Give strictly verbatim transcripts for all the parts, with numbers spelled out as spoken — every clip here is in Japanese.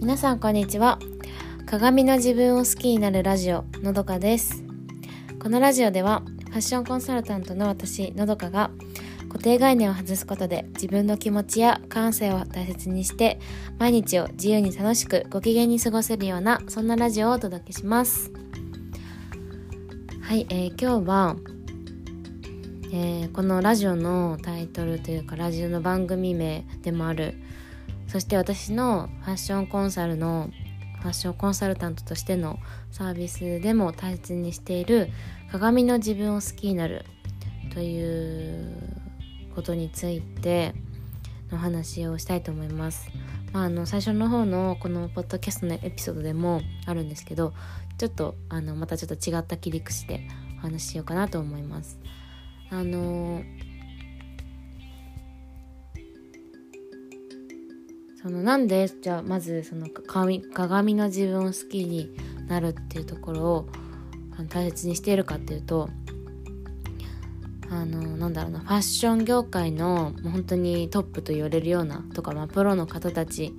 皆さんこんにちは。鏡の自分を好きになるラジオのどかです。このラジオではファッションコンサルタントの私のどかが固定概念を外すことで自分の気持ちや感性を大切にして毎日を自由に楽しくご機嫌に過ごせるようなそんなラジオをお届けします。はい、えー、今日は、えー、このラジオのタイトルというかラジオの番組名でもある、そして私のファッションコンサルのファッションコンサルタントとしてのサービスでも大切にしている鏡の自分を好きになるということについての話をしたいと思います。まあ、あの最初の方のこのポッドキャストのエピソードでもあるんですけど、ちょっとあのまたちょっと違った切り口でお話ししようかなと思います。あのそのなんでじゃあまずその 鏡, 鏡の自分を好きになるっていうところを大切にしているかっていうと、あのなんだろうなファッション業界のもう本当にトップと言われるようなとか、まあ、プロの方たち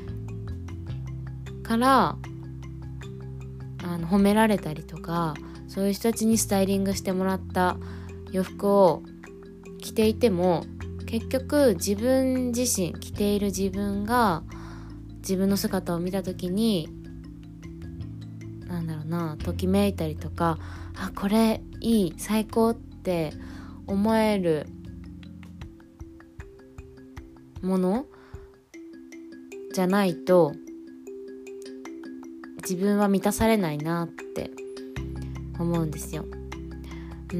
からあの褒められたりとか、そういう人たちにスタイリングしてもらった洋服を着ていても結局自分自身着ている自分が自分の姿を見た時になんだろうなときめいたりとか、あこれいい最高って思えるものじゃないと自分は満たされないなって思うんですよ。うん。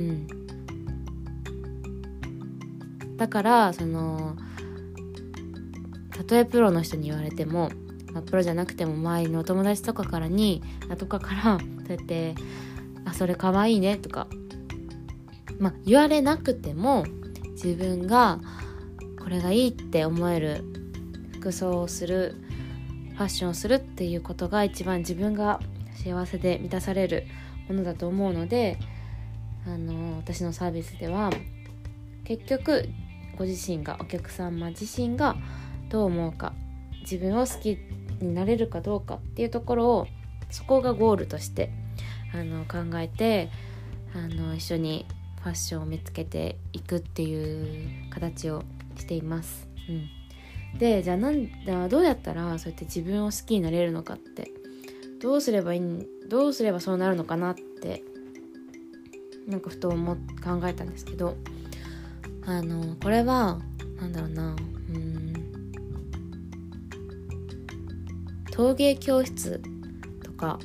だからそのたとえプロの人に言われても、まあ、プロじゃなくても周りのお友達とかからにとかからそうやってあそれかわいいねとか、まあ、言われなくても自分がこれがいいって思える服装をするファッションをするっていうことが一番自分が幸せで満たされるものだと思うので、あの私のサービスでは結局ご自身がお客様自身がどう思うか、自分を好きになれるかどうかっていうところをそこがゴールとしてあの考えてあの一緒にファッションを見つけていくっていう形をしています、うん、でじゃあなんだどうやったらそうやって自分を好きになれるのかって、どうすればいいどうすればそうなるのかなってなんかふと思考えたんですけど、あのこれはなんだろうなうーん陶芸教室とか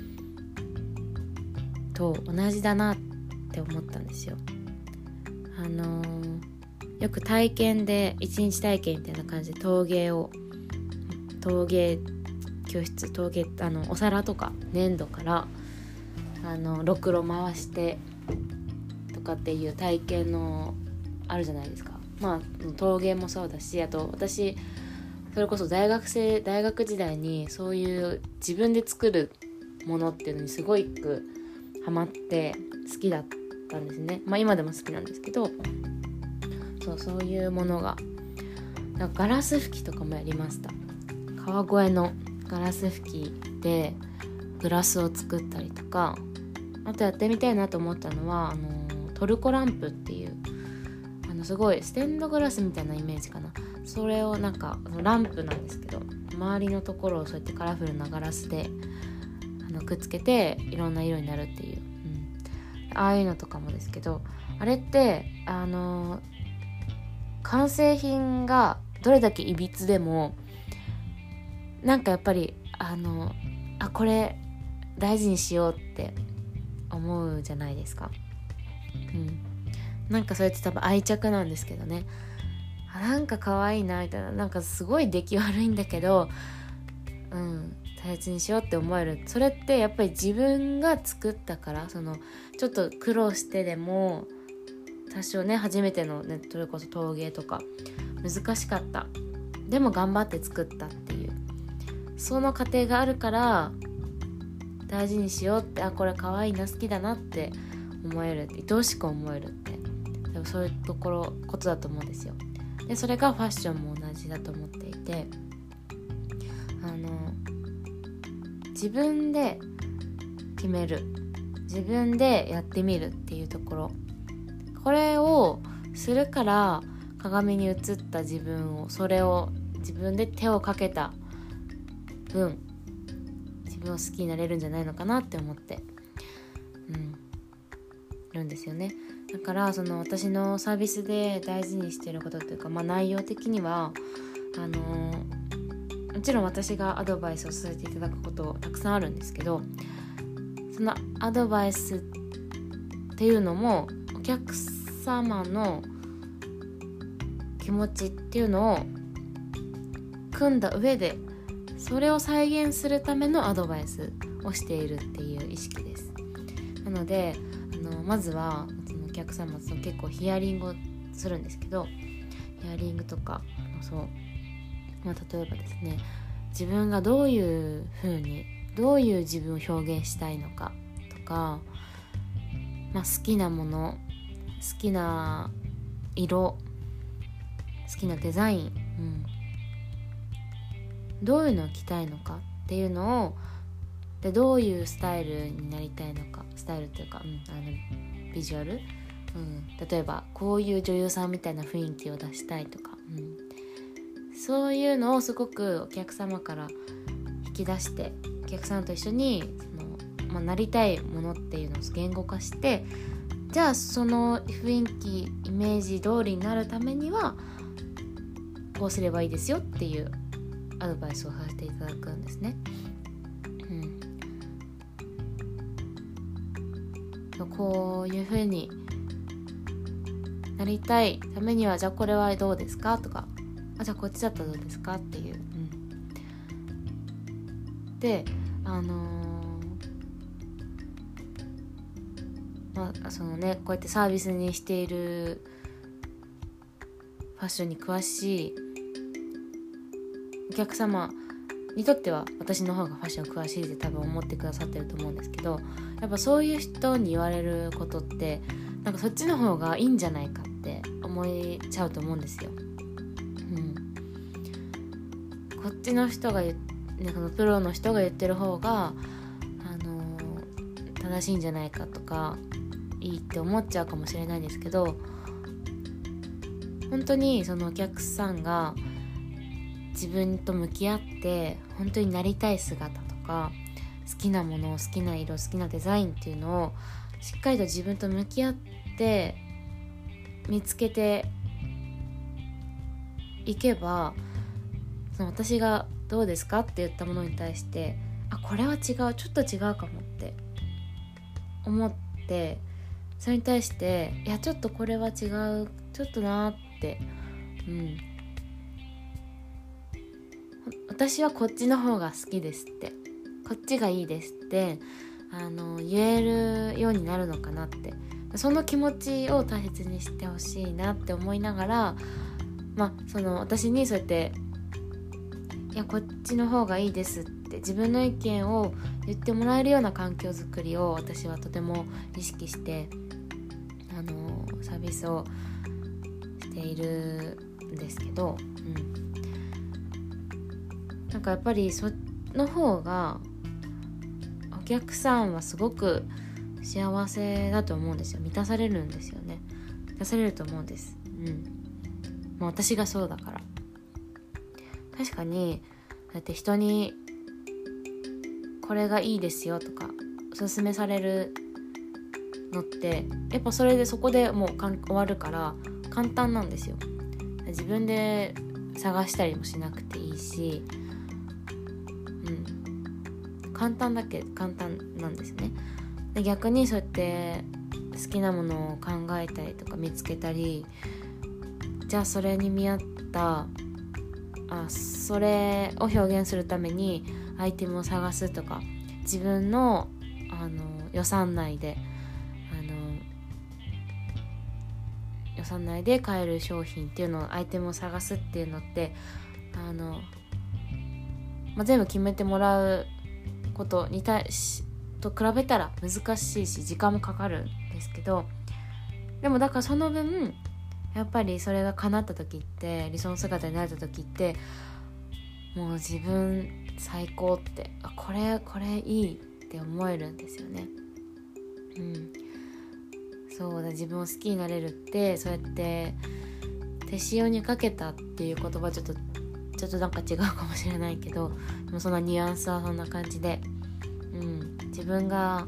と同じだなって思ったんですよ。あのよく体験で一日体験みたいな感じで陶芸を陶芸教室陶芸あのお皿とか粘土からあのろくろ回してとかっていう体験のあるじゃないですか。まあ陶芸もそうだし、あと私それこそ大学生大学時代にそういう自分で作るものっていうのにすごいくハマって好きだったんですね。まあ今でも好きなんですけど、そうそういうものがなんかガラス拭きとかもやりました。川越のガラス拭きでグラスを作ったりとか、あとやってみたいなと思ったのはあのトルコランプっていうすごいステンドグラスみたいなイメージかな。それをなんかランプなんですけど、周りのところをそうやってカラフルなガラスであのくっつけていろんな色になるっていう、うん、ああいうのとかもですけど、あれってあの完成品がどれだけいびつでもなんかやっぱりあのあこれ大事にしようって思うじゃないですか。うんなんかそれって多分愛着なんですけどね、あなんか可愛いなみたいな、なんかすごい出来悪いんだけど、うん大切にしようって思える。それってやっぱり自分が作ったから、そのちょっと苦労してでも多少ね初めてのねそれこそ陶芸とか難しかった、でも頑張って作ったっていうその過程があるから大事にしようって、あこれ可愛いな好きだなって思える、愛おしく思えるってでもそういうところことだと思うんですよ。でそれがファッションも同じだと思っていて、あの自分で決める、自分でやってみるっていうところ、これをするから鏡に映った自分を、それを自分で手をかけた分自分を好きになれるんじゃないのかなって思って、うん、るんですよね。だからその私のサービスで大事にしていることというか、まあ、内容的にはあのー、もちろん私がアドバイスをさせていただくことたくさんあるんですけど、そのアドバイスっていうのもお客様の気持ちっていうのを組んだ上で、それを再現するためのアドバイスをしているっていう意識です。なのであのまずはそのお客様と結構ヒアリングをするんですけど、ヒアリングとかそう、まあ、例えばですね、自分がどういう風にどういう自分を表現したいのかとか、まあ、好きなもの、好きな色、好きなデザイン、うん、どういうのを着たいのかっていうのを、でどういうスタイルになりたいのか、スタイルっていうか、うん、あのビジュアル、うん、例えばこういう女優さんみたいな雰囲気を出したいとか、うん、そういうのをすごくお客様から引き出して、お客さんと一緒にその、まあ、なりたいものっていうのを言語化して、じゃあその雰囲気イメージ通りになるためにはこうすればいいですよっていうアドバイスをさせていただくんですね。うん、こういう風になりたいためには、じゃあこれはどうですかとか、あじゃあこっちだったらどうですかっていう、うん、であのー、まあそのねこうやってサービスにしているファッションに詳しいお客様にとっては私の方がファッション詳しいって多分思ってくださってると思うんですけど、やっぱそういう人に言われることってなんかそっちの方がいいんじゃないかって思いちゃうと思うんですよ。うん、こっちの人が言、ね、このプロの人が言ってる方が、あのー、正しいんじゃないかとかいいって思っちゃうかもしれないんですけど、本当にそのお客さんが自分と向き合って本当になりたい姿とか、好きなもの、好きな色、好きなデザインっていうのをしっかりと自分と向き合って見つけていけば、その私がどうですかって言ったものに対して、あこれは違う、ちょっと違うかもって思って、それに対していやちょっとこれは違う、ちょっとなって、うん、私はこっちの方が好きですって、こっちがいいですってあの言えるようになるのかなって、その気持ちを大切にしてほしいなって思いながら、まあその私にそうやっていやこっちの方がいいですって自分の意見を言ってもらえるような環境づくりを私はとても意識してあのサービスをしているんですけど、うんなんかやっぱりその方がお客さんはすごく幸せだと思うんですよ。満たされるんですよね。満たされると思うんです。うん。まあ私がそうだから。確かにだって人にこれがいいですよとかおすすめされるのってやっぱそれでそこでもうかん終わるから簡単なんですよ。自分で探したりもしなくていいし。うん、簡単だけ簡単なんですね。で逆にそうやって好きなものを考えたりとか見つけたり、じゃあそれに見合ったあそれを表現するためにアイテムを探すとか、自分の、あの予算内であの予算内で買える商品っていうのをアイテムを探すっていうのってあのまあ、全部決めてもらうことに対しと比べたら難しいし時間もかかるんですけど、でもだからその分やっぱりそれが叶った時って理想の姿になった時ってもう自分最高って、あこれこれいいって思えるんですよね。うんそうだ、自分を好きになれるって、そうやって手塩にかけたっていう言葉ちょっとちょっとなんか違うかもしれないけど、でもそのニュアンスはそんな感じで、うん、自分が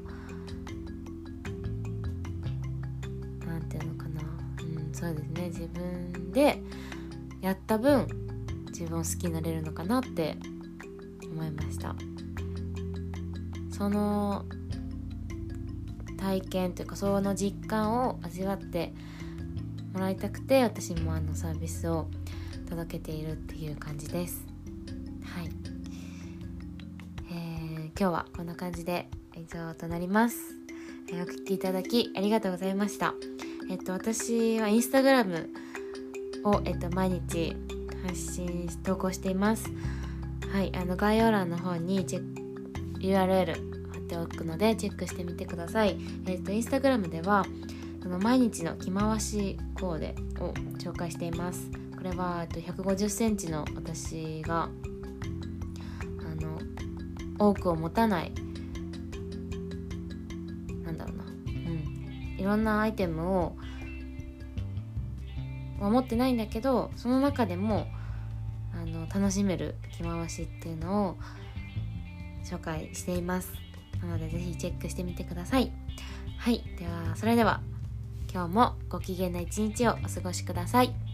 なんていうのかな、うん、そうですね、自分でやった分自分を好きになれるのかなって思いました。その体験というかその実感を味わってもらいたくて、私もあのサービスを届けているっていう感じです。はい、えー、今日はこんな感じで以上となります。えー、お聞きいただきありがとうございました。えっと私はインスタグラムを、えっと、毎日発信投稿しています。はい、あの概要欄の方にチェック ユーアールエル 貼っておくのでチェックしてみてください。えっとインスタグラムではあの毎日の着回しコーデを紹介しています。これはえっとひゃくごじゅっセンチの私があの多くを持たない、なんだろうな、うん、いろんなアイテムを持ってないんだけど、その中でもあの楽しめる着回しっていうのを紹介しています。なのでぜひチェックしてみてください。はい、ではそれでは今日もご機嫌な一日をお過ごしください。